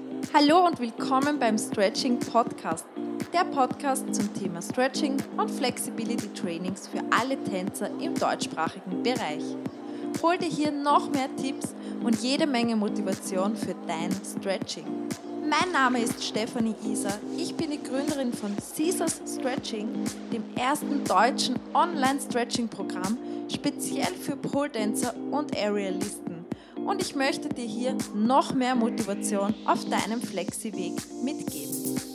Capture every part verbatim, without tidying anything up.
Hallo und willkommen beim Stretching Podcast, der Podcast zum Thema Stretching und Flexibility Trainings für alle Tänzer im deutschsprachigen Bereich. Hol dir hier noch mehr Tipps und jede Menge Motivation für dein Stretching. Mein Name ist Stefanie Iser, ich bin die Gründerin von Caesars Stretching, dem ersten deutschen Online-Stretching-Programm, speziell für Pole-Dancer und Aerialisten. Und ich möchte dir hier noch mehr Motivation auf deinem Flexi-Weg mitgeben.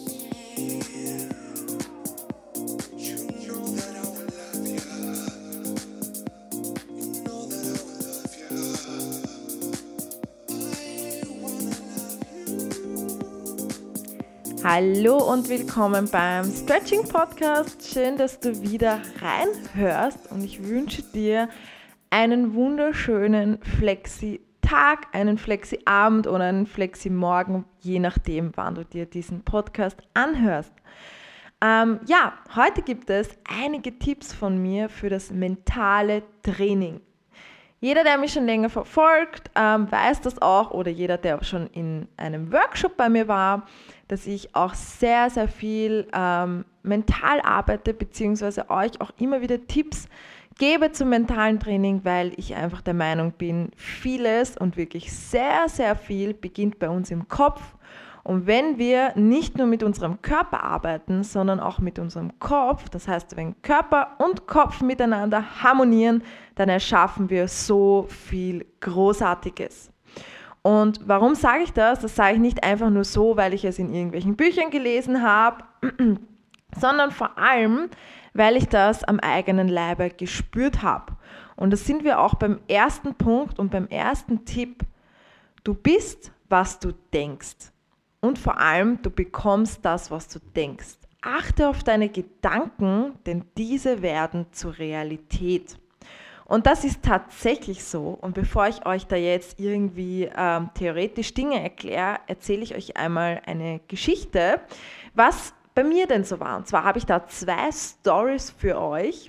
Hallo und willkommen beim Stretching Podcast. Schön, dass du wieder reinhörst und ich wünsche dir einen wunderschönen Flexi-Tag, einen Flexi-Abend oder einen Flexi-Morgen, je nachdem, wann du dir diesen Podcast anhörst. Ähm, ja, heute gibt es einige Tipps von mir für das mentale Training. Jeder, der mich schon länger verfolgt, ähm, weiß das auch, oder jeder, der auch schon in einem Workshop bei mir war, dass ich auch sehr, sehr viel ähm, mental arbeite, beziehungsweise euch auch immer wieder Tipps gebe zum mentalen Training, weil ich einfach der Meinung bin, vieles und wirklich sehr, sehr viel beginnt bei uns im Kopf. Und wenn wir nicht nur mit unserem Körper arbeiten, sondern auch mit unserem Kopf, das heißt, wenn Körper und Kopf miteinander harmonieren, dann erschaffen wir so viel Großartiges. Und warum sage ich das? Das sage ich nicht einfach nur so, weil ich es in irgendwelchen Büchern gelesen habe, sondern vor allem, weil ich das am eigenen Leibe gespürt habe. Und das sind wir auch beim ersten Punkt und beim ersten Tipp. Du bist, was du denkst. Und vor allem, du bekommst das, was du denkst. Achte auf deine Gedanken, denn diese werden zur Realität. Und das ist tatsächlich so. Und bevor ich euch da jetzt irgendwie ähm, theoretisch Dinge erkläre, erzähle ich euch einmal eine Geschichte, was bei mir denn so war. Und zwar habe ich da zwei Stories für euch.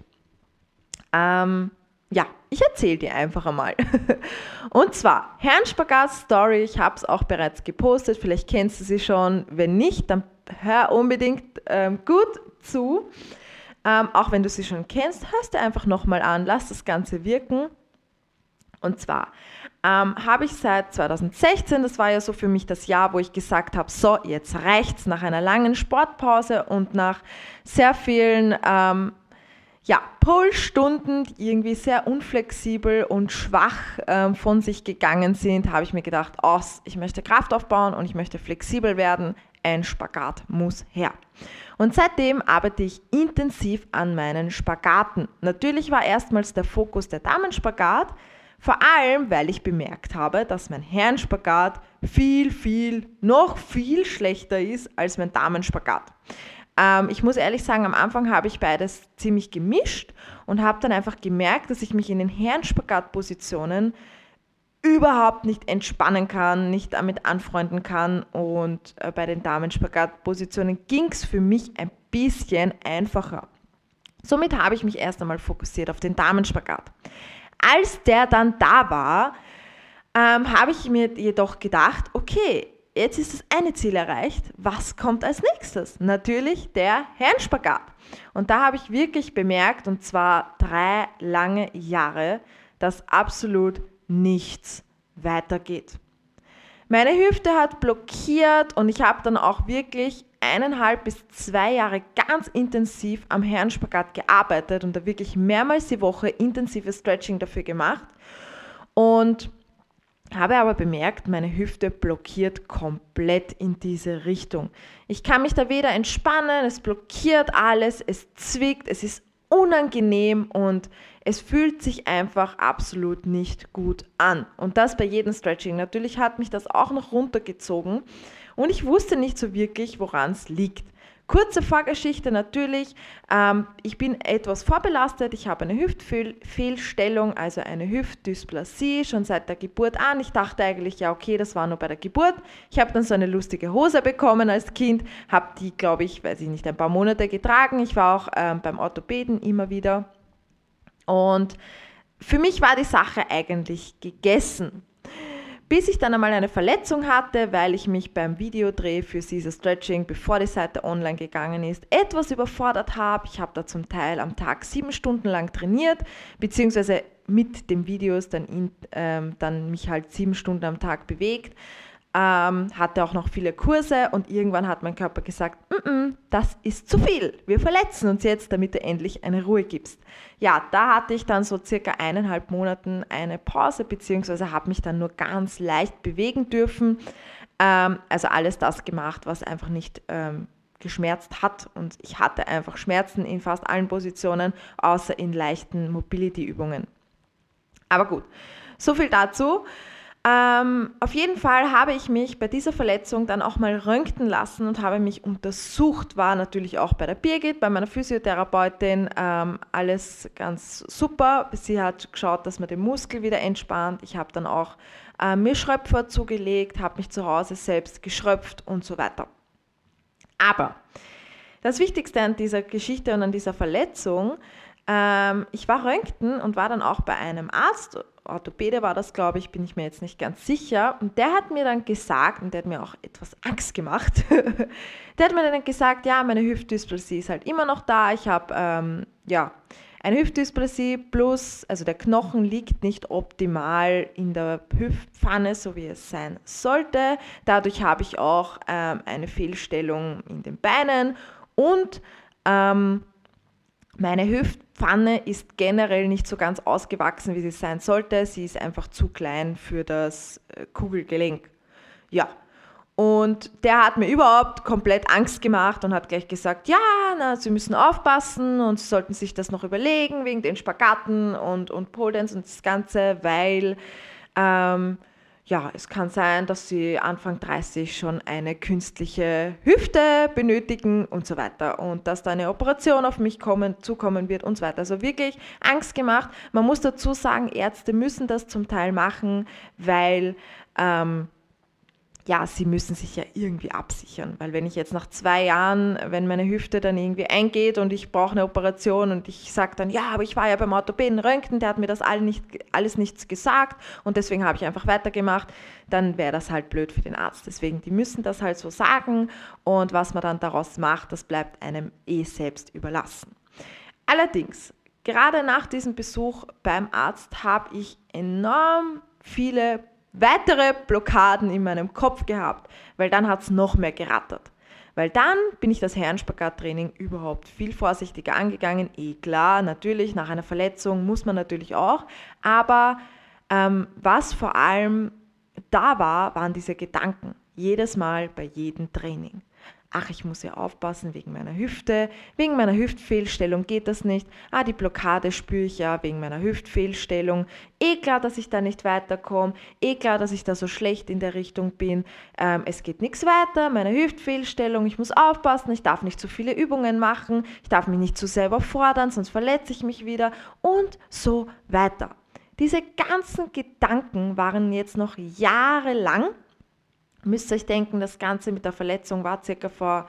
Ähm, ja, ich erzähle die einfach einmal. Und zwar Herrenspagat-Story, ich habe es auch bereits gepostet, vielleicht kennst du sie schon. Wenn nicht, dann hör unbedingt ähm, gut zu. Ähm, auch wenn du sie schon kennst, hörst du einfach nochmal an, lass das Ganze wirken. Und zwar ähm, habe ich seit zwanzig sechzehn, das war ja so für mich das Jahr, wo ich gesagt habe, so, jetzt reicht's nach einer langen Sportpause und nach sehr vielen ähm, ja, Pole-Stunden, die irgendwie sehr unflexibel und schwach ähm, von sich gegangen sind, habe ich mir gedacht, oh, ich möchte Kraft aufbauen und ich möchte flexibel werden, ein Spagat muss her. Und seitdem arbeite ich intensiv an meinen Spagaten. Natürlich war erstmals der Fokus der Damenspagat, vor allem, weil ich bemerkt habe, dass mein Herrenspagat viel, viel, noch viel schlechter ist als mein Damenspagat. Ähm, ich muss ehrlich sagen, am Anfang habe ich beides ziemlich gemischt und habe dann einfach gemerkt, dass ich mich in den Herrenspagat-Positionen überhaupt nicht entspannen kann, nicht damit anfreunden kann. Und äh, bei den Damenspagat-Positionen ging es für mich ein bisschen einfacher. Somit habe ich mich erst einmal fokussiert auf den Damenspagat. Als der dann da war, ähm, habe ich mir jedoch gedacht, okay, jetzt ist das eine Ziel erreicht, was kommt als nächstes? Natürlich der Herrenspagat. Und da habe ich wirklich bemerkt, und zwar drei lange Jahre, dass absolut nichts weitergeht. Meine Hüfte hat blockiert und ich habe dann auch wirklich eineinhalb bis zwei Jahre ganz intensiv am Herrenspagat gearbeitet und da wirklich mehrmals die Woche intensives Stretching dafür gemacht und habe aber bemerkt, meine Hüfte blockiert komplett in diese Richtung. Ich kann mich da weder entspannen, es blockiert alles, es zwickt, es ist unangenehm und es fühlt sich einfach absolut nicht gut an. Und das bei jedem Stretching. Natürlich hat mich das auch noch runtergezogen und ich wusste nicht so wirklich, woran es liegt. Kurze Vorgeschichte natürlich, ähm, ich bin etwas vorbelastet, ich habe eine Hüftfehlstellung, also eine Hüftdysplasie, schon seit der Geburt an. Ich dachte eigentlich, ja okay, das war nur bei der Geburt. Ich habe dann so eine lustige Hose bekommen als Kind, habe die, glaube ich, weiß ich nicht, ein paar Monate getragen. Ich war auch ähm, beim Orthopäden immer wieder und für mich war die Sache eigentlich gegessen. Bis ich dann einmal eine Verletzung hatte, weil ich mich beim Videodreh für Caesar Stretching, bevor die Seite online gegangen ist, etwas überfordert habe. Ich habe da zum Teil am Tag sieben Stunden lang trainiert, beziehungsweise mit den Videos dann, in, ähm, dann mich halt sieben Stunden am Tag bewegt. Ähm, hatte auch noch viele Kurse und irgendwann hat mein Körper gesagt, das ist zu viel, wir verletzen uns jetzt, damit du endlich eine Ruhe gibst. Ja, da hatte ich dann so circa eineinhalb Monaten eine Pause, beziehungsweise habe mich dann nur ganz leicht bewegen dürfen, ähm, also alles das gemacht, was einfach nicht ähm, geschmerzt hat, und ich hatte einfach Schmerzen in fast allen Positionen, außer in leichten Mobility-Übungen. Aber gut, so viel dazu. Ähm, auf jeden Fall habe ich mich bei dieser Verletzung dann auch mal röntgen lassen und habe mich untersucht, war natürlich auch bei der Birgit, bei meiner Physiotherapeutin, ähm, alles ganz super. Sie hat geschaut, dass man den Muskel wieder entspannt. Ich habe dann auch äh, mir Schröpfer zugelegt, habe mich zu Hause selbst geschröpft und so weiter. Aber das Wichtigste an dieser Geschichte und an dieser Verletzung, ähm, ich war röntgen und war dann auch bei einem Arzt, Orthopäde war das, glaube ich, bin ich mir jetzt nicht ganz sicher. Und der hat mir dann gesagt, und der hat mir auch etwas Angst gemacht, der hat mir dann gesagt, ja, meine Hüftdysplasie ist halt immer noch da. Ich habe, ähm, ja, eine Hüftdysplasie plus, also der Knochen liegt nicht optimal in der Hüftpfanne, so wie es sein sollte. Dadurch habe ich auch ähm, eine Fehlstellung in den Beinen und ähm, meine Hüftpfanne ist generell nicht so ganz ausgewachsen, wie sie sein sollte. Sie ist einfach zu klein für das Kugelgelenk. Ja, und der hat mir überhaupt komplett Angst gemacht und hat gleich gesagt, ja, na, Sie müssen aufpassen und Sie sollten sich das noch überlegen wegen den Spagaten und, und Pole Dance und das Ganze, weil ähm, ja, es kann sein, dass Sie Anfang dreißig schon eine künstliche Hüfte benötigen und so weiter und dass da eine Operation auf mich kommen, zukommen wird und so weiter. Also wirklich Angst gemacht. Man muss dazu sagen, Ärzte müssen das zum Teil machen, weil ähm, ja, sie müssen sich ja irgendwie absichern, weil wenn ich jetzt nach zwei Jahren, wenn meine Hüfte dann irgendwie eingeht und ich brauche eine Operation und ich sage dann, ja, aber ich war ja beim Orthopäden Röntgen, der hat mir das alles, nicht, alles nichts gesagt und deswegen habe ich einfach weitergemacht, dann wäre das halt blöd für den Arzt. Deswegen, die müssen das halt so sagen und was man dann daraus macht, das bleibt einem eh selbst überlassen. Allerdings, gerade nach diesem Besuch beim Arzt habe ich enorm viele weitere Blockaden in meinem Kopf gehabt, weil dann hat es noch mehr gerattert. Weil dann bin ich das Herrenspagатtraining überhaupt viel vorsichtiger angegangen. Eh klar, natürlich, nach einer Verletzung muss man natürlich auch. Aber ähm, was vor allem da war, waren diese Gedanken. Jedes Mal bei jedem Training. Ach, ich muss ja aufpassen wegen meiner Hüfte, wegen meiner Hüftfehlstellung geht das nicht. Ah, die Blockade spüre ich ja wegen meiner Hüftfehlstellung. Eh klar, dass ich da nicht weiterkomme, eh klar, dass ich da so schlecht in der Richtung bin. Ähm, es geht nichts weiter, meine Hüftfehlstellung, ich muss aufpassen, ich darf nicht zu viele Übungen machen, ich darf mich nicht zu selber fordern, sonst verletze ich mich wieder und so weiter. Diese ganzen Gedanken waren jetzt noch jahrelang. Müsst ihr euch denken, das Ganze mit der Verletzung war circa vor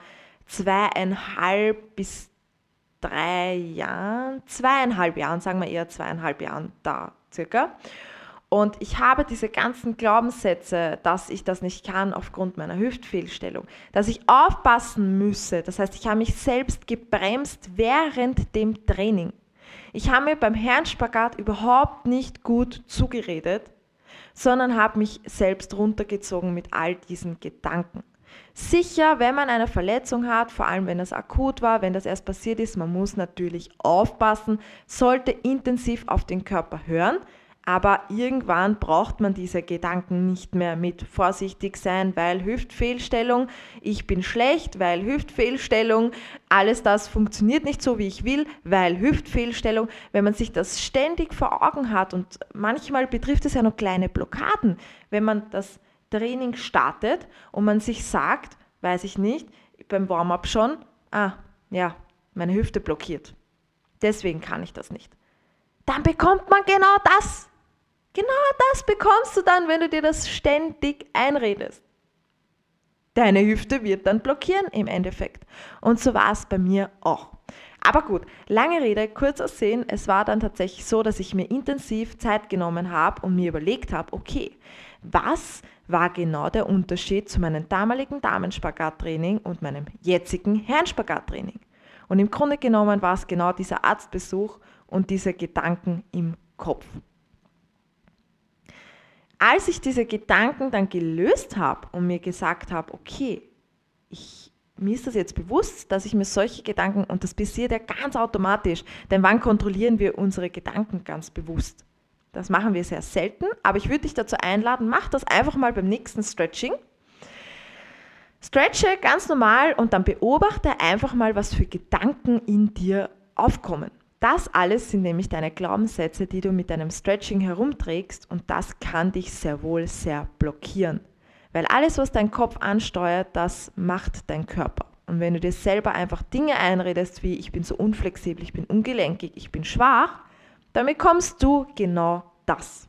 zweieinhalb bis drei Jahren, zweieinhalb Jahren, sagen wir eher zweieinhalb Jahren da circa. Und ich habe diese ganzen Glaubenssätze, dass ich das nicht kann aufgrund meiner Hüftfehlstellung, dass ich aufpassen müsse. Das heißt, ich habe mich selbst gebremst während dem Training. Ich habe mir beim Herrenspagat überhaupt nicht gut zugeredet, sondern habe mich selbst runtergezogen mit all diesen Gedanken. Sicher, wenn man eine Verletzung hat, vor allem wenn das akut war, wenn das erst passiert ist, man muss natürlich aufpassen, sollte intensiv auf den Körper hören, aber irgendwann braucht man diese Gedanken nicht mehr mit vorsichtig sein, weil Hüftfehlstellung, ich bin schlecht, weil Hüftfehlstellung, alles das funktioniert nicht so, wie ich will, weil Hüftfehlstellung, wenn man sich das ständig vor Augen hat und manchmal betrifft es ja noch kleine Blockaden, wenn man das Training startet und man sich sagt, weiß ich nicht, beim Warm-up schon, ah, ja, meine Hüfte blockiert, deswegen kann ich das nicht. Dann bekommt man genau das. Genau das bekommst du dann, wenn du dir das ständig einredest. Deine Hüfte wird dann blockieren im Endeffekt. Und so war es bei mir auch. Aber gut, lange Rede, kurzer Sinn, es war dann tatsächlich so, dass ich mir intensiv Zeit genommen habe und mir überlegt habe, okay, was war genau der Unterschied zu meinem damaligen Damenspagatraining und meinem jetzigen Herrenspagattraining? Und im Grunde genommen war es genau dieser Arztbesuch und diese Gedanken im Kopf. Als ich diese Gedanken dann gelöst habe und mir gesagt habe, okay, ich, mir ist das jetzt bewusst, dass ich mir solche Gedanken, und das passiert ja ganz automatisch, denn wann kontrollieren wir unsere Gedanken ganz bewusst? Das machen wir sehr selten, aber ich würde dich dazu einladen, mach das einfach mal beim nächsten Stretching. Stretche ganz normal und dann beobachte einfach mal, was für Gedanken in dir aufkommen. Das alles sind nämlich deine Glaubenssätze, die du mit deinem Stretching herumträgst, und das kann dich sehr wohl sehr blockieren. Weil alles, was dein Kopf ansteuert, das macht dein Körper. Und wenn du dir selber einfach Dinge einredest wie ich bin so unflexibel, ich bin ungelenkig, ich bin schwach, dann bekommst du genau das.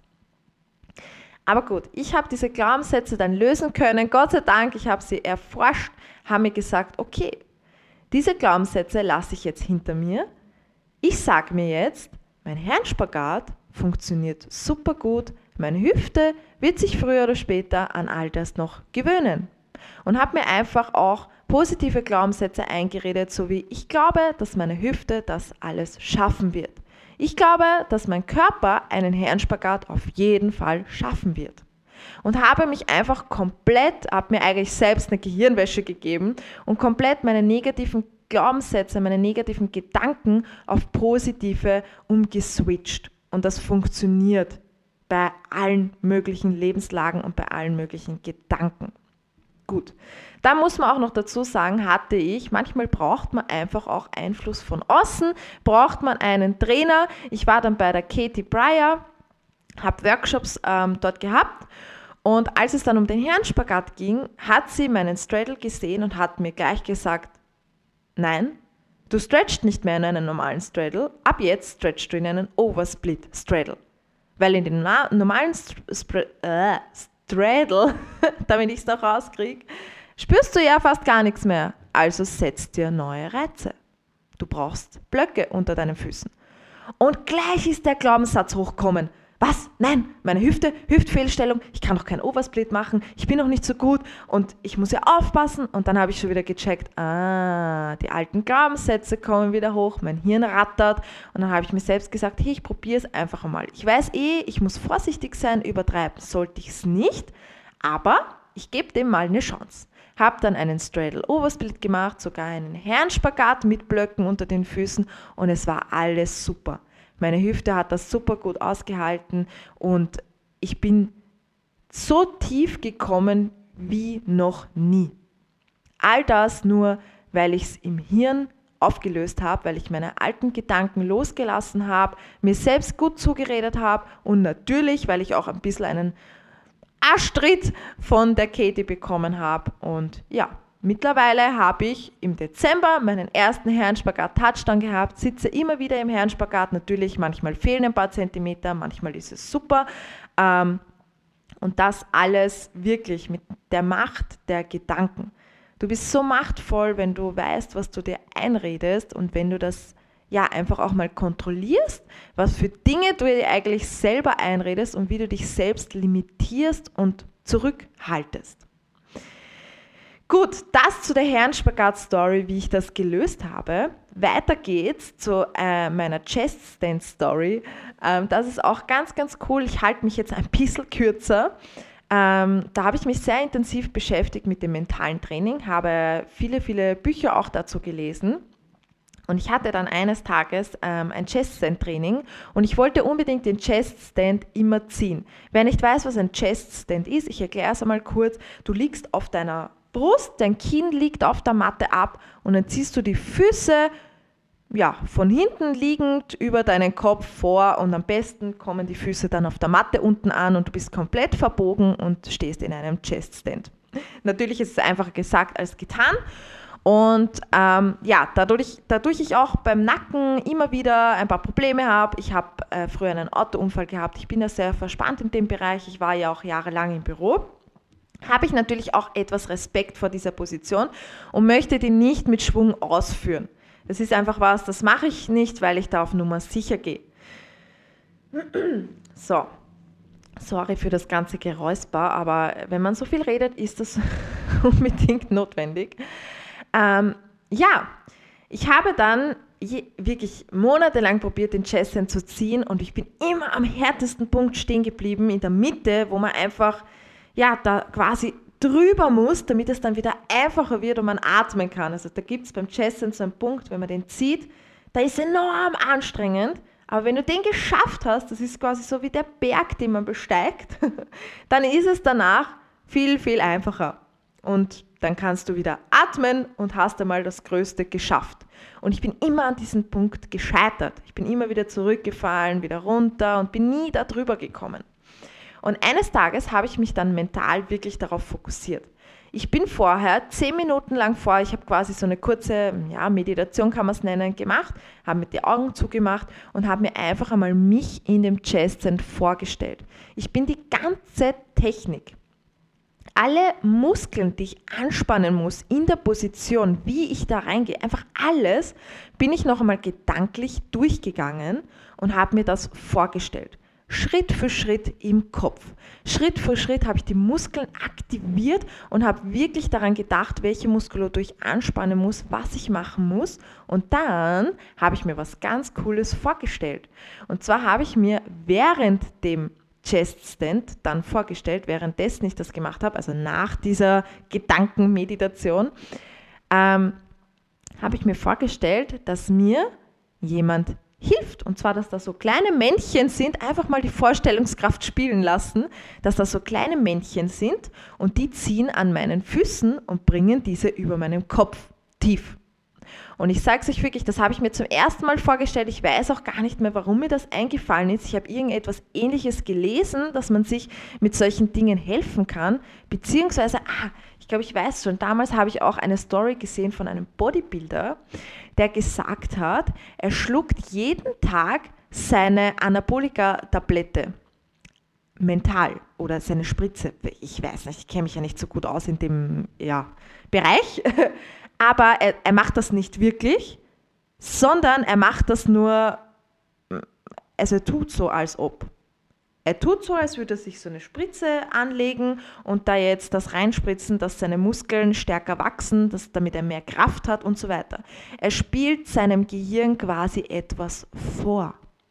Aber gut, ich habe diese Glaubenssätze dann lösen können, Gott sei Dank, ich habe sie erforscht, habe mir gesagt, okay, diese Glaubenssätze lasse ich jetzt hinter mir. Ich sage mir jetzt, mein Herrenspagat funktioniert super gut, meine Hüfte wird sich früher oder später an all das noch gewöhnen. Und habe mir einfach auch positive Glaubenssätze eingeredet, so wie ich glaube, dass meine Hüfte das alles schaffen wird. Ich glaube, dass mein Körper einen Herrenspagat auf jeden Fall schaffen wird. Und habe mich einfach komplett, habe mir eigentlich selbst eine Gehirnwäsche gegeben und komplett meine negativen Glaubenssätze, meine negativen Gedanken auf positive umgeswitcht. Und das funktioniert bei allen möglichen Lebenslagen und bei allen möglichen Gedanken. Gut, da muss man auch noch dazu sagen, hatte ich, manchmal braucht man einfach auch Einfluss von außen, braucht man einen Trainer. Ich war dann bei der Katie Breyer, habe Workshops ähm, dort gehabt, und als es dann um den Herrenspagat ging, hat sie meinen Straddle gesehen und hat mir gleich gesagt, nein, du stretchst nicht mehr in einen normalen Straddle, ab jetzt stretchst du in einen Oversplit Straddle. Weil in den normalen Spr- äh, Straddle, damit ich es noch rauskriege, spürst du ja fast gar nichts mehr. Also setz dir neue Reize. Du brauchst Blöcke unter deinen Füßen. Und gleich ist der Glaubenssatz hochkommen. Was? Nein, meine Hüfte, Hüftfehlstellung, ich kann doch keinen Oversplit machen, ich bin noch nicht so gut und ich muss ja aufpassen. Und dann habe ich schon wieder gecheckt, ah, die alten Glaubenssätze kommen wieder hoch, mein Hirn rattert. Und dann habe ich mir selbst gesagt, hey, ich probiere es einfach einmal. Ich weiß eh, ich muss vorsichtig sein, übertreiben sollte ich es nicht, aber ich gebe dem mal eine Chance. Habe dann einen Straddle Oversplit gemacht, sogar einen Herrenspagat mit Blöcken unter den Füßen, und es war alles super. Meine Hüfte hat das super gut ausgehalten und ich bin so tief gekommen wie noch nie. All das nur, weil ich es im Hirn aufgelöst habe, weil ich meine alten Gedanken losgelassen habe, mir selbst gut zugeredet habe und natürlich, weil ich auch ein bisschen einen Arschtritt von der Katie bekommen habe. Und ja, mittlerweile habe ich im Dezember meinen ersten Herrenspagat-Touchdown gehabt, sitze immer wieder im Herrenspagat, natürlich manchmal fehlen ein paar Zentimeter, manchmal ist es super. Ähm, und das alles wirklich mit der Macht der Gedanken. Du bist so machtvoll, wenn du weißt, was du dir einredest, und wenn du das ja einfach auch mal kontrollierst, was für Dinge du dir eigentlich selber einredest und wie du dich selbst limitierst und zurückhaltest. Gut, das zu der Herrenspagat-Story, wie ich das gelöst habe. Weiter geht's zu äh, meiner Chest-Stand-Story. Ähm, das ist auch ganz, ganz cool. Ich halte mich jetzt ein bisschen kürzer. Ähm, da habe ich mich sehr intensiv beschäftigt mit dem mentalen Training, habe viele, viele Bücher auch dazu gelesen. Und ich hatte dann eines Tages ähm, ein Chest-Stand-Training und ich wollte unbedingt den Chest-Stand immer ziehen. Wer nicht weiß, was ein Chest-Stand ist, ich erkläre es einmal kurz. Du liegst auf deiner Brust, dein Kinn liegt auf der Matte ab und dann ziehst du die Füße ja, von hinten liegend über deinen Kopf vor, und am besten kommen die Füße dann auf der Matte unten an und du bist komplett verbogen und stehst in einem Chest-Stand. Natürlich ist es einfacher gesagt als getan. Und ähm, ja, dadurch, dadurch ich auch beim Nacken immer wieder ein paar Probleme habe, ich habe äh, früher einen Autounfall gehabt, ich bin ja sehr verspannt in dem Bereich, ich war ja auch jahrelang im Büro, habe ich natürlich auch etwas Respekt vor dieser Position und möchte die nicht mit Schwung ausführen. Das ist einfach was, das mache ich nicht, weil ich da auf Nummer sicher gehe. So, sorry für das ganze Geräusper, aber wenn man so viel redet, ist das unbedingt notwendig. Ähm, ja, ich habe dann je, wirklich monatelang probiert, den Cheststand zu ziehen und ich bin immer am härtesten Punkt stehen geblieben, in der Mitte, wo man einfach, ja, da quasi drüber muss, damit es dann wieder einfacher wird und man atmen kann. Also da gibt es beim Cheststand so einen Punkt, wenn man den zieht, da ist enorm anstrengend, aber wenn du den geschafft hast, das ist quasi so wie der Berg, den man besteigt, dann ist es danach viel, viel einfacher. Und dann kannst du wieder atmen und hast einmal das Größte geschafft. Und ich bin immer an diesem Punkt gescheitert. Ich bin immer wieder zurückgefallen, wieder runter und bin nie da drüber gekommen. Und eines Tages habe ich mich dann mental wirklich darauf fokussiert. Ich bin vorher zehn Minuten lang vor, ich habe quasi so eine kurze ja, Meditation, kann man es nennen, gemacht, habe mir die Augen zugemacht und habe mir einfach einmal mich in dem Cheststand vorgestellt. Ich bin die ganze Technik, alle Muskeln, die ich anspannen muss in der Position, wie ich da reingehe, einfach alles, bin ich noch einmal gedanklich durchgegangen und habe mir das vorgestellt. Schritt für Schritt im Kopf. Schritt für Schritt habe ich die Muskeln aktiviert und habe wirklich daran gedacht, welche Muskulatur ich anspannen muss, was ich machen muss. Und dann habe ich mir was ganz Cooles vorgestellt. Und zwar habe ich mir während dem Cheststand dann vorgestellt, währenddessen ich das gemacht habe, also nach dieser Gedankenmeditation, ähm, habe ich mir vorgestellt, dass mir jemand hilft. Und zwar, dass da so kleine Männchen sind, einfach mal die Vorstellungskraft spielen lassen, dass da so kleine Männchen sind und die ziehen an meinen Füßen und bringen diese über meinem Kopf tief. Und ich sage es euch wirklich, das habe ich mir zum ersten Mal vorgestellt. Ich weiß auch gar nicht mehr, warum mir das eingefallen ist. Ich habe irgendetwas Ähnliches gelesen, dass man sich mit solchen Dingen helfen kann. Beziehungsweise, ah, ich glaube, ich weiß schon, damals habe ich auch eine Story gesehen von einem Bodybuilder, der gesagt hat, er schluckt jeden Tag seine Anabolika-Tablette. Mental oder seine Spritze. Ich weiß nicht, ich kenne mich ja nicht so gut aus in dem ja, Bereich. Aber er, er macht das nicht wirklich, sondern er macht das nur, also er tut so, als ob. Er tut so, als würde er sich so eine Spritze anlegen und da jetzt das reinspritzen, dass seine Muskeln stärker wachsen, dass, damit er mehr Kraft hat und so weiter. Er spielt seinem Gehirn quasi etwas vor.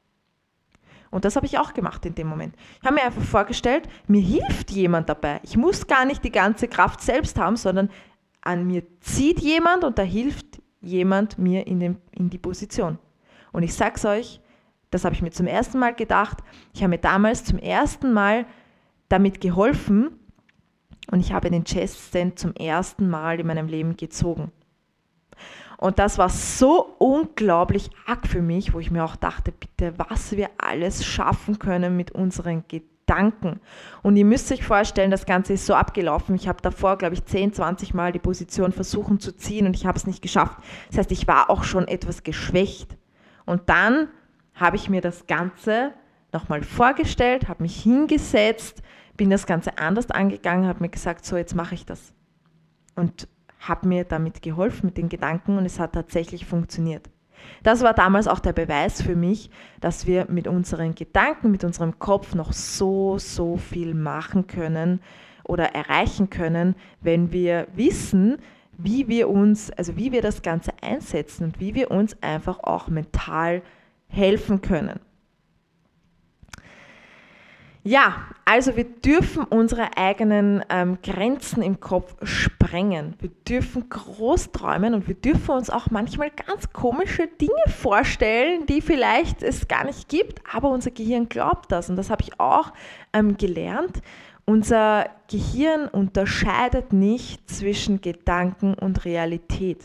Und das habe ich auch gemacht in dem Moment. Ich habe mir einfach vorgestellt, mir hilft jemand dabei. Ich muss gar nicht die ganze Kraft selbst haben, sondern an mir zieht jemand und da hilft jemand mir in, den, in die Position. Und ich sage es euch, das habe ich mir zum ersten Mal gedacht. Ich habe mir damals zum ersten Mal damit geholfen und ich habe den Cheststand zum ersten Mal in meinem Leben gezogen. Und das war so unglaublich arg für mich, wo ich mir auch dachte, bitte, was wir alles schaffen können mit unseren Gedanken. Und ihr müsst euch vorstellen, das Ganze ist so abgelaufen. Ich habe davor, glaube ich, zehn, zwanzig Mal die Position versuchen zu ziehen und ich habe es nicht geschafft. Das heißt, ich war auch schon etwas geschwächt. Und dann habe ich mir das Ganze nochmal vorgestellt, habe mich hingesetzt, bin das Ganze anders angegangen, habe mir gesagt, so jetzt mache ich das. Und habe mir damit geholfen mit den Gedanken und es hat tatsächlich funktioniert. Das war damals auch der Beweis für mich, dass wir mit unseren Gedanken, mit unserem Kopf noch so, so viel machen können oder erreichen können, wenn wir wissen, wie wir uns, also wie wir das Ganze einsetzen und wie wir uns einfach auch mental helfen können. Ja, also wir dürfen unsere eigenen ähm, Grenzen im Kopf sprengen. Wir dürfen groß träumen und wir dürfen uns auch manchmal ganz komische Dinge vorstellen, die vielleicht es gar nicht gibt, aber unser Gehirn glaubt das. Und das habe ich auch ähm, gelernt. Unser Gehirn unterscheidet nicht zwischen Gedanken und Realität.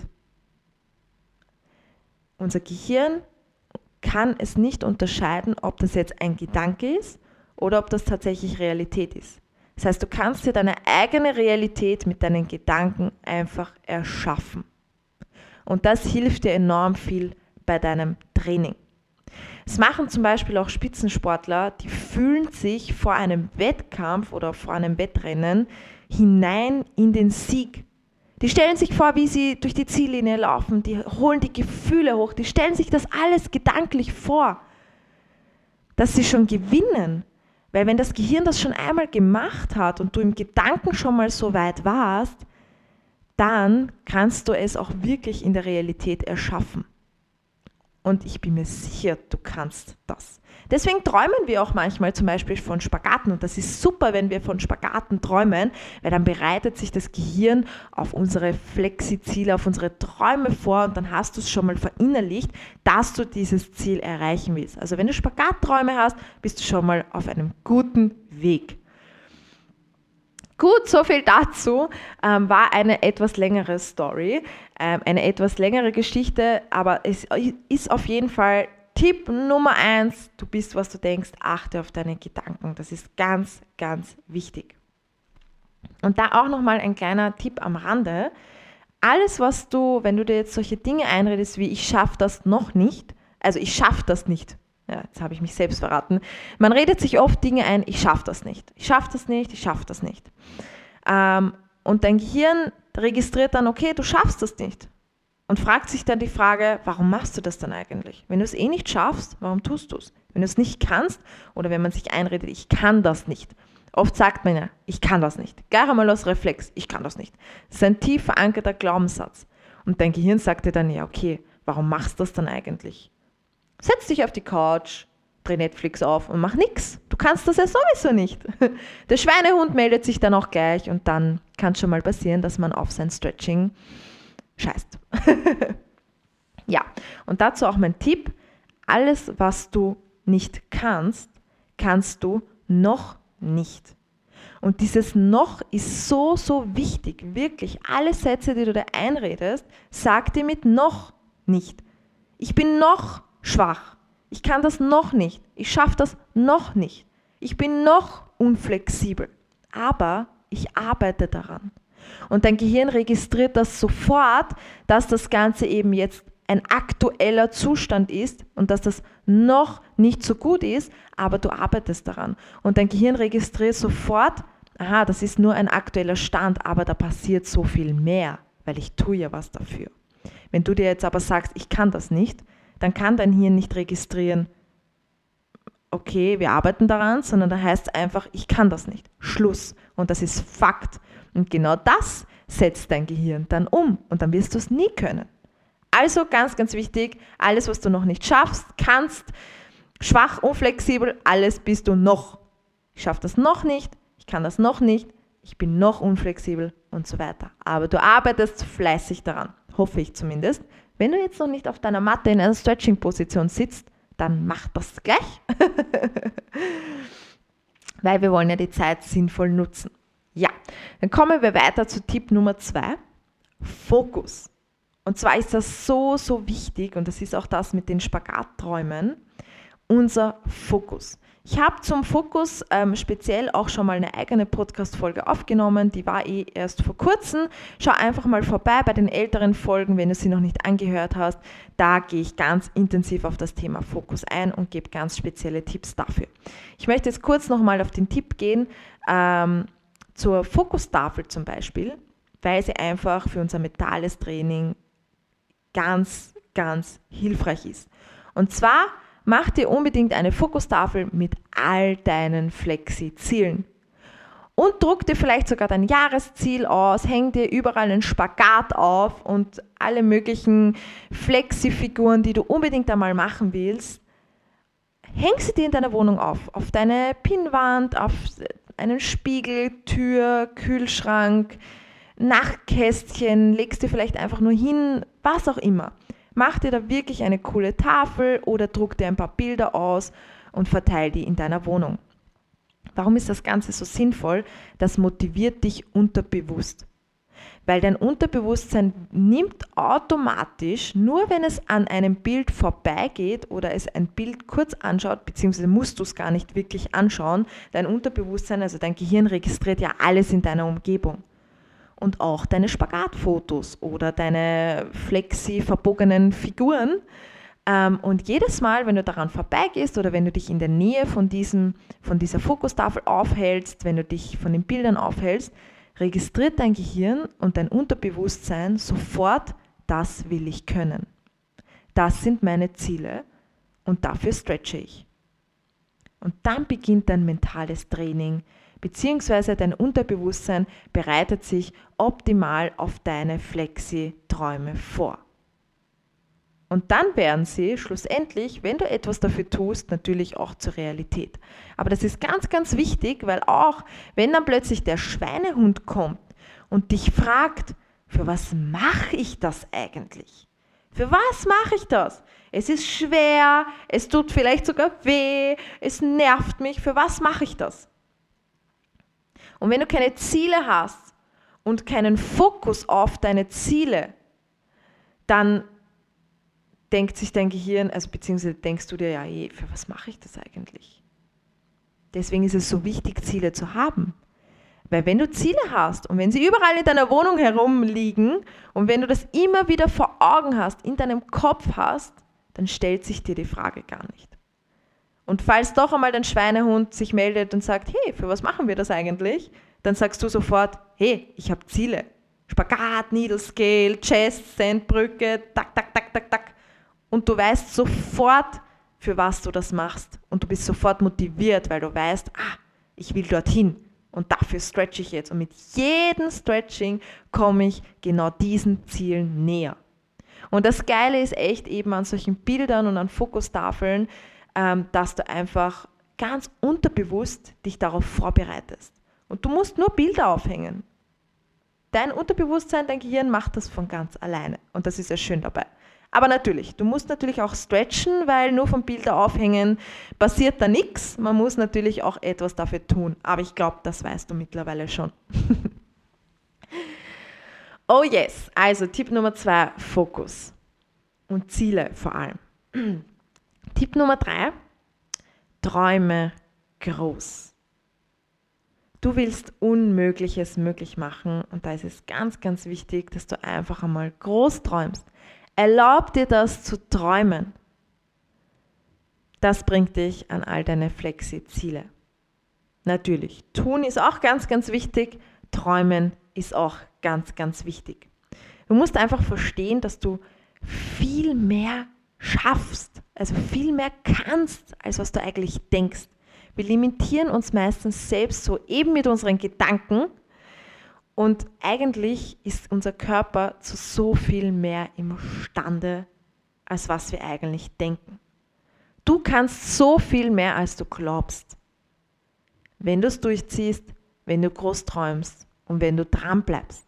Unser Gehirn kann es nicht unterscheiden, ob das jetzt ein Gedanke ist oder ob das tatsächlich Realität ist. Das heißt, du kannst dir deine eigene Realität mit deinen Gedanken einfach erschaffen. Und das hilft dir enorm viel bei deinem Training. Das machen zum Beispiel auch Spitzensportler, die fühlen sich vor einem Wettkampf oder vor einem Wettrennen hinein in den Sieg. Die stellen sich vor, wie sie durch die Ziellinie laufen, die holen die Gefühle hoch, die stellen sich das alles gedanklich vor, dass sie schon gewinnen. Weil wenn das Gehirn das schon einmal gemacht hat und du im Gedanken schon mal so weit warst, dann kannst du es auch wirklich in der Realität erschaffen. Und ich bin mir sicher, du kannst das. Deswegen träumen wir auch manchmal zum Beispiel von Spagaten. Und das ist super, wenn wir von Spagaten träumen, weil dann bereitet sich das Gehirn auf unsere Flexi-Ziele, auf unsere Träume vor und dann hast du es schon mal verinnerlicht, dass du dieses Ziel erreichen willst. Also wenn du Spagatträume hast, bist du schon mal auf einem guten Weg. Gut, so viel dazu. Ähm, war eine etwas längere Story, ähm, eine etwas längere Geschichte, aber es ist auf jeden Fall Tipp Nummer eins, du bist, was du denkst, achte auf deine Gedanken. Das ist ganz, ganz wichtig. Und da auch nochmal ein kleiner Tipp am Rande. Alles, was du, wenn du dir jetzt solche Dinge einredest, wie ich schaffe das noch nicht, also ich schaffe das nicht, ja, jetzt habe ich mich selbst verraten. Man redet sich oft Dinge ein, ich schaffe das nicht, ich schaffe das nicht, ich schaffe das nicht. Ähm, und dein Gehirn registriert dann, okay, du schaffst das nicht. Und fragt sich dann die Frage, warum machst du das dann eigentlich? Wenn du es eh nicht schaffst, warum tust du es? Wenn du es nicht kannst oder wenn man sich einredet, ich kann das nicht. Oft sagt man ja, ich kann das nicht. Gleich einmal aus Reflex, ich kann das nicht. Das ist ein tief verankerter Glaubenssatz. Und dein Gehirn sagt dir dann, ja okay, warum machst du das dann eigentlich? Setz dich auf die Couch, dreh Netflix auf und mach nichts. Du kannst das ja sowieso nicht. Der Schweinehund meldet sich dann auch gleich und dann kann es schon mal passieren, dass man auf sein Stretching scheißt. Ja, und dazu auch mein Tipp, alles, was du nicht kannst, kannst du noch nicht. Und dieses noch ist so, so wichtig, wirklich. Alle Sätze, die du dir einredest, sag dir mit noch nicht. Ich bin noch schwach. Ich kann das noch nicht. Ich schaffe das noch nicht. Ich bin noch unflexibel. Aber ich arbeite daran. Und dein Gehirn registriert das sofort, dass das Ganze eben jetzt ein aktueller Zustand ist und dass das noch nicht so gut ist, aber du arbeitest daran. Und dein Gehirn registriert sofort, aha, das ist nur ein aktueller Stand, aber da passiert so viel mehr, weil ich tue ja was dafür. Wenn du dir jetzt aber sagst, ich kann das nicht, dann kann dein Hirn nicht registrieren, okay, wir arbeiten daran, sondern da heißt es einfach, ich kann das nicht. Schluss. Und das ist Fakt. Und genau das setzt dein Gehirn dann um und dann wirst du es nie können. Also ganz, ganz wichtig, alles, was du noch nicht schaffst, kannst, schwach, unflexibel, alles bist du noch. Ich schaffe das noch nicht, ich kann das noch nicht, ich bin noch unflexibel und so weiter. Aber du arbeitest fleißig daran, hoffe ich zumindest. Wenn du jetzt noch nicht auf deiner Matte in einer Stretching-Position sitzt, dann mach das gleich, weil wir wollen ja die Zeit sinnvoll nutzen. Ja, dann kommen wir weiter zu Tipp Nummer zwei, Fokus. Und zwar ist das so, so wichtig und das ist auch das mit den Spagatträumen, unser Fokus. Ich habe zum Fokus ähm, speziell auch schon mal eine eigene Podcast-Folge aufgenommen, die war eh erst vor kurzem. Schau einfach mal vorbei bei den älteren Folgen, wenn du sie noch nicht angehört hast. Da gehe ich ganz intensiv auf das Thema Fokus ein und gebe ganz spezielle Tipps dafür. Ich möchte jetzt kurz nochmal auf den Tipp gehen, ähm, zur Fokustafel zum Beispiel, weil sie einfach für unser mentales Training ganz, ganz hilfreich ist. Und zwar mach dir unbedingt eine Fokustafel mit all deinen Flexi-Zielen. Und druck dir vielleicht sogar dein Jahresziel aus, häng dir überall einen Spagat auf und alle möglichen Flexi-Figuren, die du unbedingt einmal machen willst, häng sie dir in deiner Wohnung auf. Auf deine Pinnwand, auf einen Spiegel, Tür, Kühlschrank, Nachtkästchen, legst dir vielleicht einfach nur hin, was auch immer. Mach dir da wirklich eine coole Tafel oder druck dir ein paar Bilder aus und verteile die in deiner Wohnung. Warum ist das Ganze so sinnvoll? Das motiviert dich unterbewusst. Weil dein Unterbewusstsein nimmt automatisch, nur wenn es an einem Bild vorbeigeht oder es ein Bild kurz anschaut, beziehungsweise musst du es gar nicht wirklich anschauen, dein Unterbewusstsein, also dein Gehirn registriert ja alles in deiner Umgebung. Und auch deine Spagatfotos oder deine flexi verbogenen Figuren. Und jedes Mal, wenn du daran vorbeigehst oder wenn du dich in der Nähe von, diesem, von dieser Fokustafel aufhältst, wenn du dich von den Bildern aufhältst, registriert dein Gehirn und dein Unterbewusstsein sofort, das will ich können. Das sind meine Ziele und dafür stretche ich. Und dann beginnt dein mentales Training, beziehungsweise dein Unterbewusstsein bereitet sich optimal auf deine Flexi-Träume vor. Und dann werden sie schlussendlich, wenn du etwas dafür tust, natürlich auch zur Realität. Aber das ist ganz, ganz wichtig, weil auch wenn dann plötzlich der Schweinehund kommt und dich fragt, für was mache ich das eigentlich? Für was mache ich das? Es ist schwer, es tut vielleicht sogar weh, es nervt mich, für was mache ich das? Und wenn du keine Ziele hast und keinen Fokus auf deine Ziele, dann denkt sich dein Gehirn, also beziehungsweise denkst du dir, ja, je, für was mache ich das eigentlich? Deswegen ist es so wichtig, Ziele zu haben. Weil wenn du Ziele hast und wenn sie überall in deiner Wohnung herumliegen und wenn du das immer wieder vor Augen hast, in deinem Kopf hast, dann stellt sich dir die Frage gar nicht. Und falls doch einmal dein Schweinehund sich meldet und sagt, hey, für was machen wir das eigentlich? Dann sagst du sofort, hey, ich habe Ziele. Spagat, Needle Scale, Chest, Sandbrücke, tak, tak, tak, tak, tak. Und du weißt sofort, für was du das machst. Und du bist sofort motiviert, weil du weißt, ah, ich will dorthin. Und dafür stretche ich jetzt. Und mit jedem Stretching komme ich genau diesen Zielen näher. Und das Geile ist echt eben an solchen Bildern und an Fokustafeln, ähm, dass du einfach ganz unterbewusst dich darauf vorbereitest. Und du musst nur Bilder aufhängen. Dein Unterbewusstsein, dein Gehirn macht das von ganz alleine. Und das ist ja schön dabei. Aber natürlich, du musst natürlich auch stretchen, weil nur vom Bilder aufhängen passiert da nichts. Man muss natürlich auch etwas dafür tun. Aber ich glaube, das weißt du mittlerweile schon. Oh yes, also Tipp Nummer zwei, Fokus und Ziele vor allem. Tipp Nummer drei, träume groß. Du willst Unmögliches möglich machen und da ist es ganz, ganz wichtig, dass du einfach einmal groß träumst. Erlaub dir das zu träumen. Das bringt dich an all deine Flexi-Ziele. Natürlich, tun ist auch ganz, ganz wichtig. Träumen ist auch ganz, ganz wichtig. Du musst einfach verstehen, dass du viel mehr schaffst, also viel mehr kannst, als was du eigentlich denkst. Wir limitieren uns meistens selbst so eben mit unseren Gedanken. Und eigentlich ist unser Körper zu so viel mehr imstande, als was wir eigentlich denken. Du kannst so viel mehr, als du glaubst. Wenn du es durchziehst, wenn du groß träumst und wenn du dran bleibst.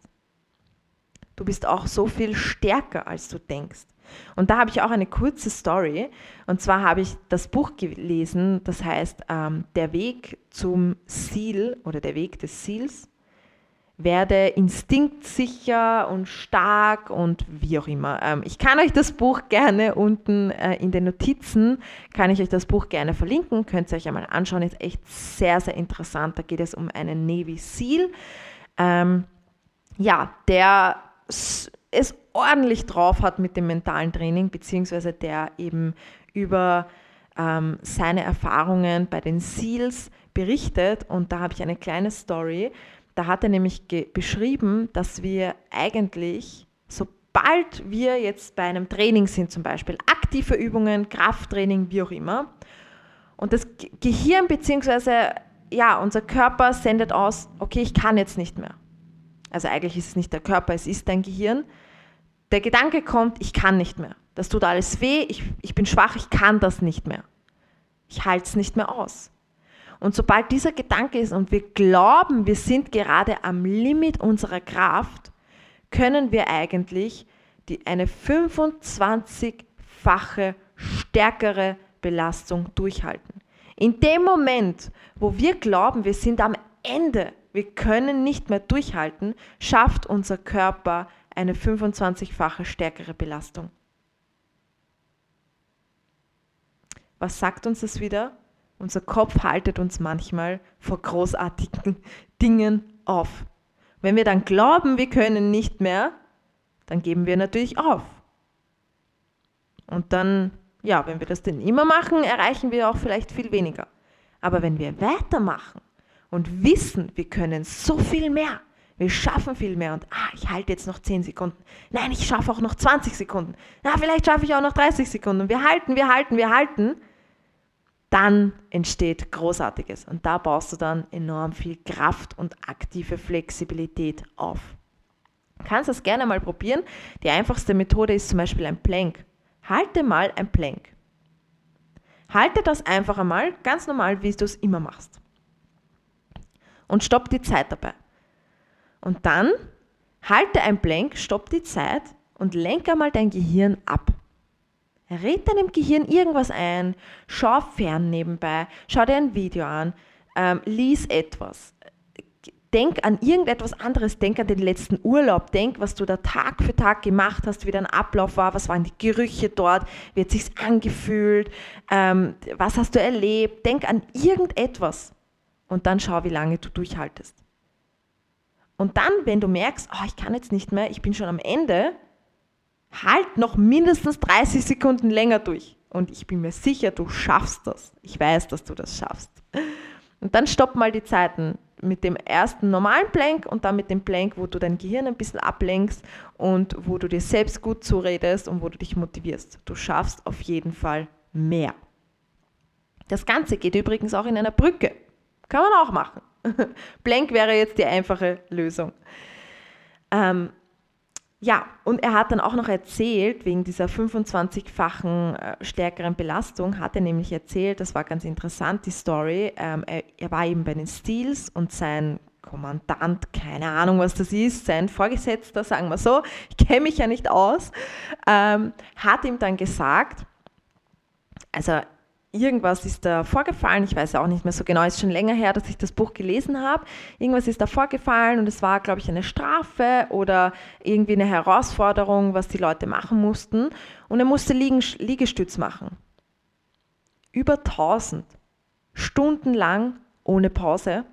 Du bist auch so viel stärker, als du denkst. Und da habe ich auch eine kurze Story. Und zwar habe ich das Buch gelesen, das heißt ähm, Der Weg zum Ziel oder Der Weg des Ziels. Werde instinktsicher und stark und wie auch immer. Ähm, ich kann euch das Buch gerne unten äh, in den Notizen, kann ich euch das Buch gerne verlinken, könnt ihr euch einmal anschauen, ist echt sehr, sehr interessant. Da geht es um einen Navy Seal, ähm, ja, der es ordentlich drauf hat mit dem mentalen Training, beziehungsweise der eben über ähm, seine Erfahrungen bei den Seals berichtet und da habe ich eine kleine Story. Da hat er nämlich ge- beschrieben, dass wir eigentlich, sobald wir jetzt bei einem Training sind, zum Beispiel aktive Übungen, Krafttraining, wie auch immer, und das Ge- Gehirn bzw. ja, unser Körper sendet aus, okay, ich kann jetzt nicht mehr. Also eigentlich ist es nicht der Körper, es ist dein Gehirn. Der Gedanke kommt, ich kann nicht mehr. Das tut alles weh, ich, ich bin schwach, ich kann das nicht mehr. Ich halte es nicht mehr aus. Und sobald dieser Gedanke ist und wir glauben, wir sind gerade am Limit unserer Kraft, können wir eigentlich die, eine fünfundzwanzig-fache stärkere Belastung durchhalten. In dem Moment, wo wir glauben, wir sind am Ende, wir können nicht mehr durchhalten, schafft unser Körper eine fünfundzwanzig-fache stärkere Belastung. Was sagt uns das wieder? Unser Kopf haltet uns manchmal vor großartigen Dingen auf. Wenn wir dann glauben, wir können nicht mehr, dann geben wir natürlich auf. Und dann, ja, wenn wir das denn immer machen, erreichen wir auch vielleicht viel weniger. Aber wenn wir weitermachen und wissen, wir können so viel mehr, Wir schaffen viel mehr und ah, ich halte jetzt noch zehn Sekunden. Nein, ich schaffe auch noch zwanzig Sekunden. Na, vielleicht schaffe ich auch noch dreißig Sekunden. Und wir halten, wir halten, wir halten. Dann entsteht Großartiges und da baust du dann enorm viel Kraft und aktive Flexibilität auf. Du kannst das gerne mal probieren. Die einfachste Methode ist zum Beispiel ein Plank. Halte mal ein Plank. Halte das einfach einmal, ganz normal, wie du es immer machst. Und stopp die Zeit dabei. Und dann halte ein Plank, stopp die Zeit und lenke einmal dein Gehirn ab. Red deinem Gehirn irgendwas ein, schau fern nebenbei, schau dir ein Video an, ähm, lies etwas, denk an irgendetwas anderes, denk an den letzten Urlaub, denk, was du da Tag für Tag gemacht hast, wie dein Ablauf war, was waren die Gerüche dort, wie hat es sich angefühlt, ähm, was hast du erlebt, denk an irgendetwas und dann schau, wie lange du durchhaltest. Und dann, wenn du merkst, oh, ich kann jetzt nicht mehr, ich bin schon am Ende, halt noch mindestens dreißig Sekunden länger durch. Und ich bin mir sicher, du schaffst das. Ich weiß, dass du das schaffst. Und dann stopp mal die Zeiten mit dem ersten normalen Plank und dann mit dem Plank, wo du dein Gehirn ein bisschen ablenkst und wo du dir selbst gut zuredest und wo du dich motivierst. Du schaffst auf jeden Fall mehr. Das Ganze geht übrigens auch in einer Brücke. Kann man auch machen. Plank wäre jetzt die einfache Lösung. Ähm, Ja, und er hat dann auch noch erzählt, wegen dieser fünfundzwanzigfachen äh, stärkeren Belastung, hat er nämlich erzählt, das war ganz interessant, die Story, ähm, er, er war eben bei den Steels und sein Kommandant, keine Ahnung, was das ist, sein Vorgesetzter, sagen wir so, ich kenne mich ja nicht aus, ähm, hat ihm dann gesagt, also irgendwas ist da vorgefallen, ich weiß auch nicht mehr so genau, ist schon länger her, dass ich das Buch gelesen habe. Irgendwas ist da vorgefallen und es war, glaube ich, eine Strafe oder irgendwie eine Herausforderung, was die Leute machen mussten. Und er musste Liegen, Liegestütz machen. Über tausend. Stundenlang ohne Pause.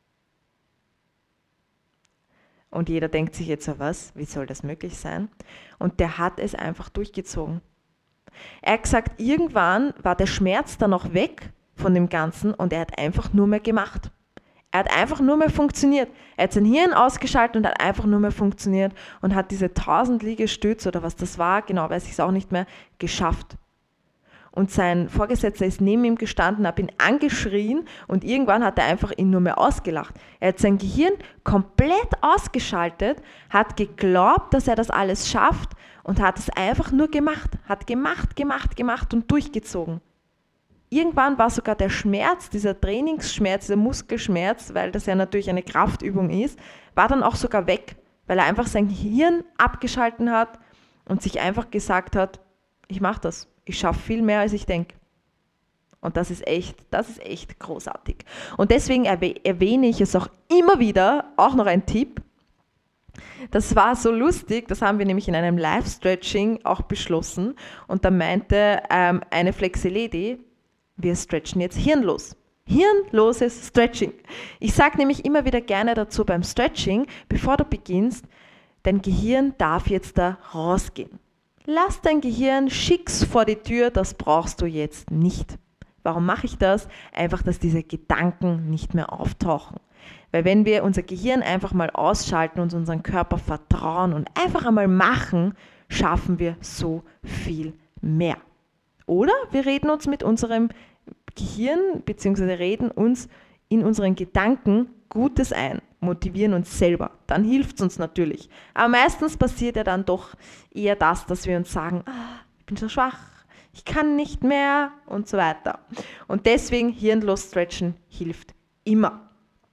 Und jeder denkt sich jetzt so, was, wie soll das möglich sein? Und der hat es einfach durchgezogen. Er hat gesagt, irgendwann war der Schmerz dann noch weg von dem Ganzen und er hat einfach nur mehr gemacht. Er hat einfach nur mehr funktioniert. Er hat sein Hirn ausgeschaltet und hat einfach nur mehr funktioniert und hat diese tausend Liegestütze oder was das war, genau weiß ich es auch nicht mehr, geschafft. Und sein Vorgesetzter ist neben ihm gestanden, hat ihn angeschrien und irgendwann hat er einfach ihn nur mehr ausgelacht. Er hat sein Gehirn komplett ausgeschaltet, hat geglaubt, dass er das alles schafft und hat es einfach nur gemacht, hat gemacht, gemacht, gemacht und durchgezogen. Irgendwann war sogar der Schmerz, dieser Trainingsschmerz, dieser Muskelschmerz, weil das ja natürlich eine Kraftübung ist, war dann auch sogar weg, weil er einfach sein Hirn abgeschalten hat und sich einfach gesagt hat, ich mache das. Ich schaffe viel mehr, als ich denke. Und das ist echt, das ist echt großartig. Und deswegen erwähne ich es auch immer wieder, auch noch ein Tipp. Das war so lustig, das haben wir nämlich in einem Live-Stretching auch beschlossen. Und da meinte ähm, eine Flexi-Lady, wir stretchen jetzt hirnlos. Hirnloses Stretching. Ich sage nämlich immer wieder gerne dazu beim Stretching, bevor du beginnst, dein Gehirn darf jetzt da rausgehen. Lass dein Gehirn, schick's vor die Tür, das brauchst du jetzt nicht. Warum mache ich das? Einfach, dass diese Gedanken nicht mehr auftauchen. Weil wenn wir unser Gehirn einfach mal ausschalten und unseren Körper vertrauen und einfach einmal machen, schaffen wir so viel mehr. Oder wir reden uns mit unserem Gehirn bzw. reden uns in unseren Gedanken Gutes ein, motivieren uns selber, dann hilft es uns natürlich. Aber meistens passiert ja dann doch eher das, dass wir uns sagen, ah, ich bin so schwach, ich kann nicht mehr und so weiter. Und deswegen hirnlos stretchen hilft immer.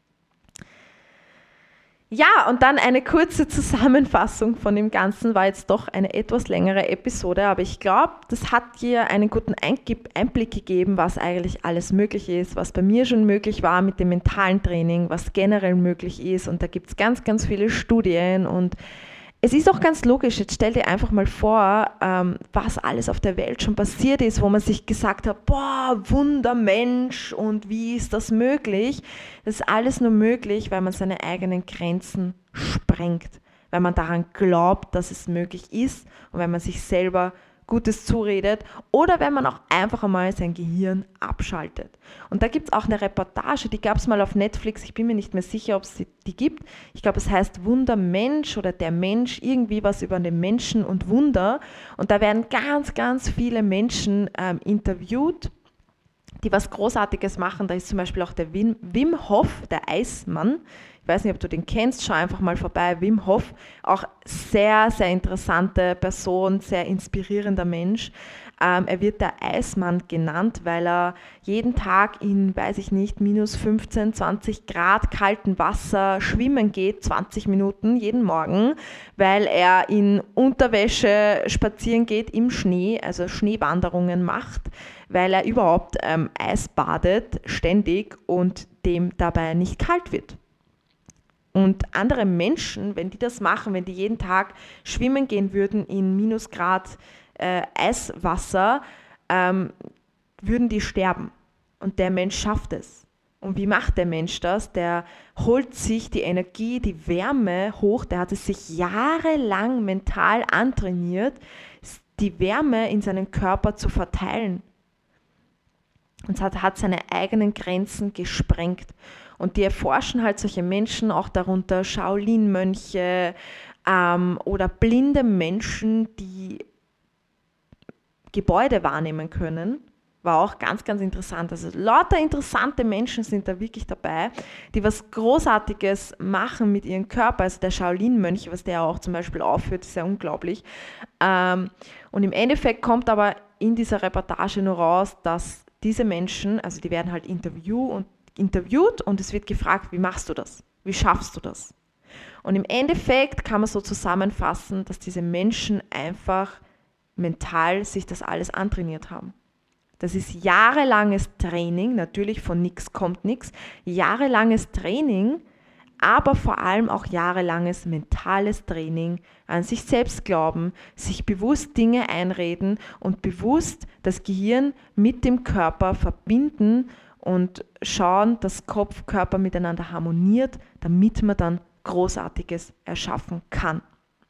Ja, und dann eine kurze Zusammenfassung von dem Ganzen, war jetzt doch eine etwas längere Episode, aber ich glaube, das hat dir einen guten Einblick gegeben, was eigentlich alles möglich ist, was bei mir schon möglich war mit dem mentalen Training, was generell möglich ist, und da gibt es ganz, ganz viele Studien und es ist auch ganz logisch. Jetzt stell dir einfach mal vor, ähm, was alles auf der Welt schon passiert ist, wo man sich gesagt hat, boah, Wundermensch, und wie ist das möglich? Das ist alles nur möglich, weil man seine eigenen Grenzen sprengt, weil man daran glaubt, dass es möglich ist und weil man sich selber Gutes zuredet oder wenn man auch einfach einmal sein Gehirn abschaltet. Und da gibt es auch eine Reportage, die gab es mal auf Netflix, ich bin mir nicht mehr sicher, ob es die gibt. Ich glaube, es heißt Wundermensch oder der Mensch, irgendwie was über den Menschen und Wunder. Und da werden ganz, ganz viele Menschen ähm, interviewt, die was Großartiges machen. Da ist zum Beispiel auch der Wim, Wim Hof, der Eismann. Ich weiß nicht, ob du den kennst, schau einfach mal vorbei. Wim Hof, auch sehr, sehr interessante Person, sehr inspirierender Mensch. Ähm, er wird der Eismann genannt, weil er jeden Tag in, weiß ich nicht, minus fünfzehn, zwanzig Grad kaltem Wasser schwimmen geht, zwanzig Minuten jeden Morgen, weil er in Unterwäsche spazieren geht im Schnee, also Schneewanderungen macht, weil er überhaupt ähm, Eis badet ständig und dem dabei nicht kalt wird. Und andere Menschen, wenn die das machen, wenn die jeden Tag schwimmen gehen würden in Minusgrad äh, Eiswasser, ähm, würden die sterben. Und der Mensch schafft es. Und wie macht der Mensch das? Der holt sich die Energie, die Wärme hoch, der hat es sich jahrelang mental antrainiert, die Wärme in seinen Körper zu verteilen. Und hat, hat seine eigenen Grenzen gesprengt. Und die erforschen halt solche Menschen, auch darunter Shaolin-Mönche ähm, oder blinde Menschen, die Gebäude wahrnehmen können. War auch ganz, ganz interessant. Also lauter interessante Menschen sind da wirklich dabei, die was Großartiges machen mit ihrem Körper. Also der Shaolin-Mönch, was der auch zum Beispiel aufführt, ist ja unglaublich. Ähm, und im Endeffekt kommt aber in dieser Reportage nur raus, dass diese Menschen, also die werden halt interview und interviewt und es wird gefragt, wie machst du das? Wie schaffst du das? Und im Endeffekt kann man so zusammenfassen, dass diese Menschen einfach mental sich das alles antrainiert haben. Das ist jahrelanges Training, natürlich von nichts kommt nichts, jahrelanges Training, aber vor allem auch jahrelanges mentales Training, an sich selbst glauben, sich bewusst Dinge einreden und bewusst das Gehirn mit dem Körper verbinden und schauen, dass Kopf, Körper miteinander harmoniert, damit man dann Großartiges erschaffen kann.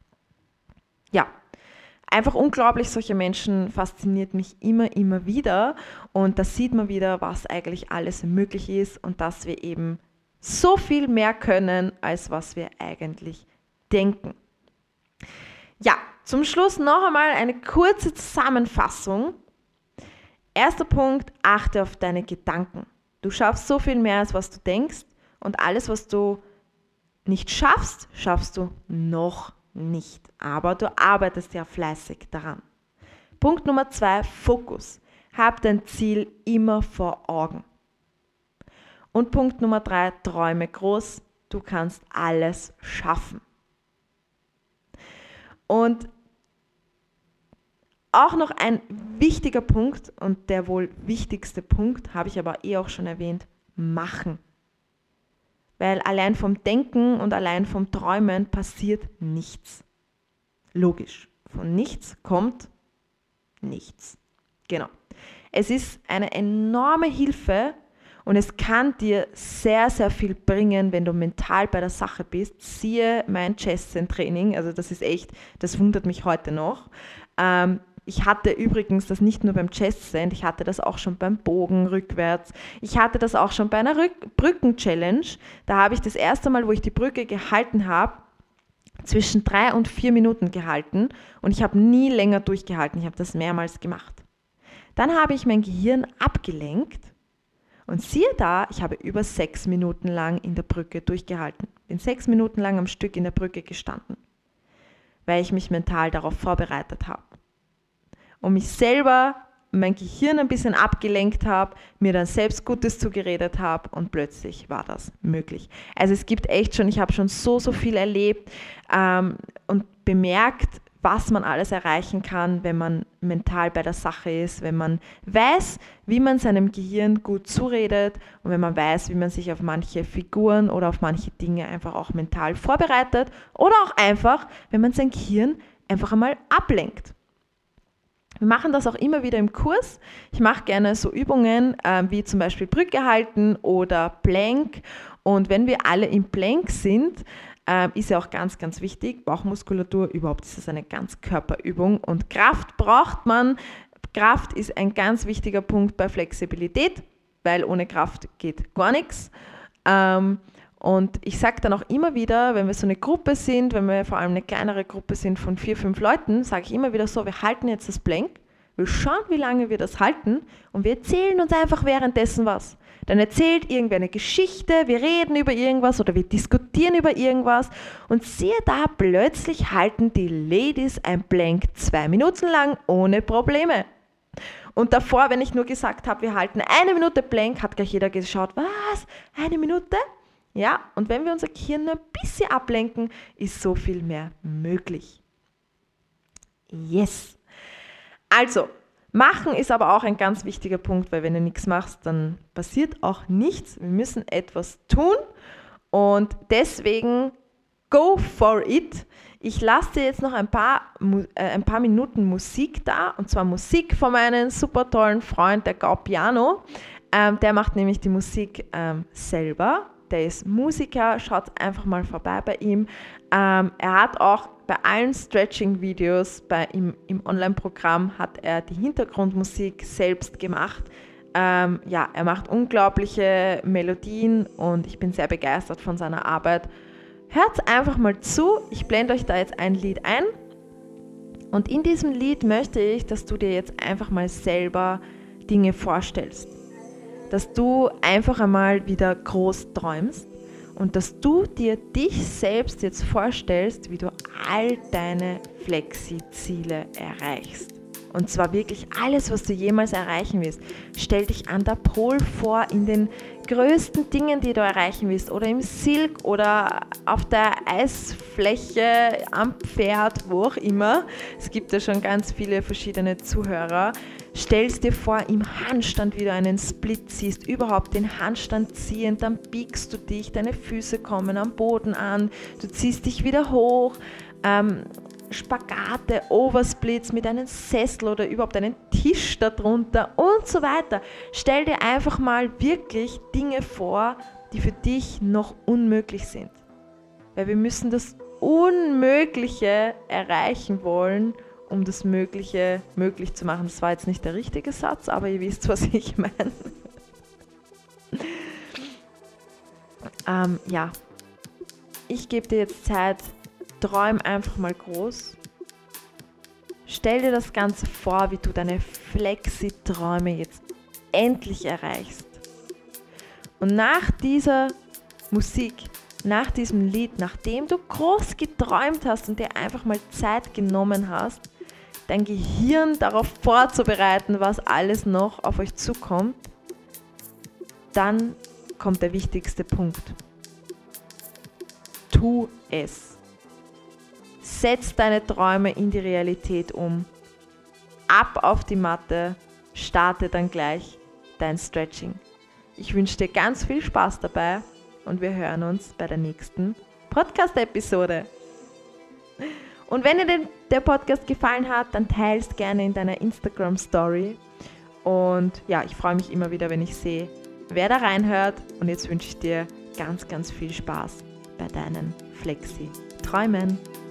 Ja, einfach unglaublich, solche Menschen fasziniert mich immer, immer wieder und da sieht man wieder, was eigentlich alles möglich ist und dass wir eben so viel mehr können, als was wir eigentlich denken. Ja, zum Schluss noch einmal eine kurze Zusammenfassung. Erster Punkt, achte auf deine Gedanken. Du schaffst so viel mehr, als was du denkst und alles, was du nicht schaffst, schaffst du noch nicht. Aber du arbeitest ja fleißig daran. Punkt Nummer zwei, Fokus. Hab dein Ziel immer vor Augen. Und Punkt Nummer drei, träume groß. Du kannst alles schaffen. Und auch noch ein wichtiger Punkt und der wohl wichtigste Punkt, habe ich aber eh auch schon erwähnt, machen. Weil allein vom Denken und allein vom Träumen passiert nichts. Logisch, von nichts kommt nichts. Genau. Es ist eine enorme Hilfe und es kann dir sehr, sehr viel bringen, wenn du mental bei der Sache bist. Siehe mein Chess-Training, also das ist echt, das wundert mich heute noch. Ähm, Ich hatte übrigens das nicht nur beim Chess-Send, ich hatte das auch schon beim Bogen rückwärts. Ich hatte das auch schon bei einer Rück- Brücken-Challenge. Da habe ich das erste Mal, wo ich die Brücke gehalten habe, zwischen drei und vier Minuten gehalten und ich habe nie länger durchgehalten. Ich habe das mehrmals gemacht. Dann habe ich mein Gehirn abgelenkt und siehe da, ich habe über sechs Minuten lang in der Brücke durchgehalten. Bin sechs Minuten lang am Stück in der Brücke gestanden, weil ich mich mental darauf vorbereitet habe. Und mich selber, mein Gehirn ein bisschen abgelenkt habe, mir dann selbst Gutes zugeredet habe und plötzlich war das möglich. Also es gibt echt schon, ich habe schon so, so viel erlebt ähm, und bemerkt, was man alles erreichen kann, wenn man mental bei der Sache ist, wenn man weiß, wie man seinem Gehirn gut zuredet und wenn man weiß, wie man sich auf manche Figuren oder auf manche Dinge einfach auch mental vorbereitet oder auch einfach, wenn man sein Gehirn einfach einmal ablenkt. Wir machen das auch immer wieder im Kurs. Ich mache gerne so Übungen äh, wie zum Beispiel Brücke halten oder Plank. Und wenn wir alle im Plank sind, Ähm, ist ja auch ganz, ganz wichtig. Bauchmuskulatur, überhaupt ist es eine Ganzkörperübung und Kraft braucht man. Kraft ist ein ganz wichtiger Punkt bei Flexibilität, weil ohne Kraft geht gar nichts. Ähm, und ich sage dann auch immer wieder, wenn wir so eine Gruppe sind, wenn wir vor allem eine kleinere Gruppe sind von vier, fünf Leuten, sage ich immer wieder so, wir halten jetzt das Plank, wir schauen, wie lange wir das halten und wir erzählen uns einfach währenddessen was. Dann erzählt irgendwer eine Geschichte, wir reden über irgendwas oder wir diskutieren über irgendwas und siehe da, plötzlich halten die Ladies ein Plank zwei Minuten lang ohne Probleme. Und davor, wenn ich nur gesagt habe, wir halten eine Minute Plank, hat gleich jeder geschaut, was, eine Minute? Ja, und wenn wir unser Gehirn nur ein bisschen ablenken, ist so viel mehr möglich. Yes! Also, machen ist aber auch ein ganz wichtiger Punkt, weil wenn du nichts machst, dann passiert auch nichts. Wir müssen etwas tun und deswegen go for it. Ich lasse dir jetzt noch ein paar, äh, ein paar Minuten Musik da, und zwar Musik von meinem super tollen Freund, der Gau Piano. Ähm, der macht nämlich die Musik ähm, selber. Der ist Musiker, schaut einfach mal vorbei bei ihm. Ähm, er hat auch bei allen Stretching-Videos bei ihm im Online-Programm hat er die Hintergrundmusik selbst gemacht. Ähm, ja, er macht unglaubliche Melodien und ich bin sehr begeistert von seiner Arbeit. Hört einfach mal zu, ich blende euch da jetzt ein Lied ein und in diesem Lied möchte ich, dass du dir jetzt einfach mal selber Dinge vorstellst. Dass du einfach einmal wieder groß träumst und dass du dir dich selbst jetzt vorstellst, wie du all deine Flexi-Ziele erreichst. Und zwar wirklich alles, was du jemals erreichen willst. Stell dich an der Pol vor, in den größten Dingen, die du erreichen willst, oder im Silk oder auf der Eisfläche, am Pferd, wo auch immer. Es gibt ja schon ganz viele verschiedene Zuhörer. Stellst dir vor, im Handstand, wie du einen Split ziehst, überhaupt den Handstand ziehend, dann biegst du dich, deine Füße kommen am Boden an, du ziehst dich wieder hoch, ähm, Spagate, Oversplits mit einem Sessel oder überhaupt einen Tisch darunter und so weiter. Stell dir einfach mal wirklich Dinge vor, die für dich noch unmöglich sind. Weil wir müssen das Unmögliche erreichen wollen, um das Mögliche möglich zu machen. Das war jetzt nicht der richtige Satz, aber ihr wisst, was ich meine. ähm, ja, ich gebe dir jetzt Zeit, träum einfach mal groß. Stell dir das Ganze vor, wie du deine Flexi-Träume jetzt endlich erreichst. Und nach dieser Musik, nach diesem Lied, nachdem du groß geträumt hast und dir einfach mal Zeit genommen hast, dein Gehirn darauf vorzubereiten, was alles noch auf euch zukommt, dann kommt der wichtigste Punkt. Tu es. Setz deine Träume in die Realität um. Ab auf die Matte, starte dann gleich dein Stretching. Ich wünsche dir ganz viel Spaß dabei und wir hören uns bei der nächsten Podcast-Episode. Und wenn dir der Podcast gefallen hat, dann teilst gerne in deiner Instagram-Story. Und ja, ich freue mich immer wieder, wenn ich sehe, wer da reinhört. Und jetzt wünsche ich dir ganz, ganz viel Spaß bei deinen Flexi-Träumen.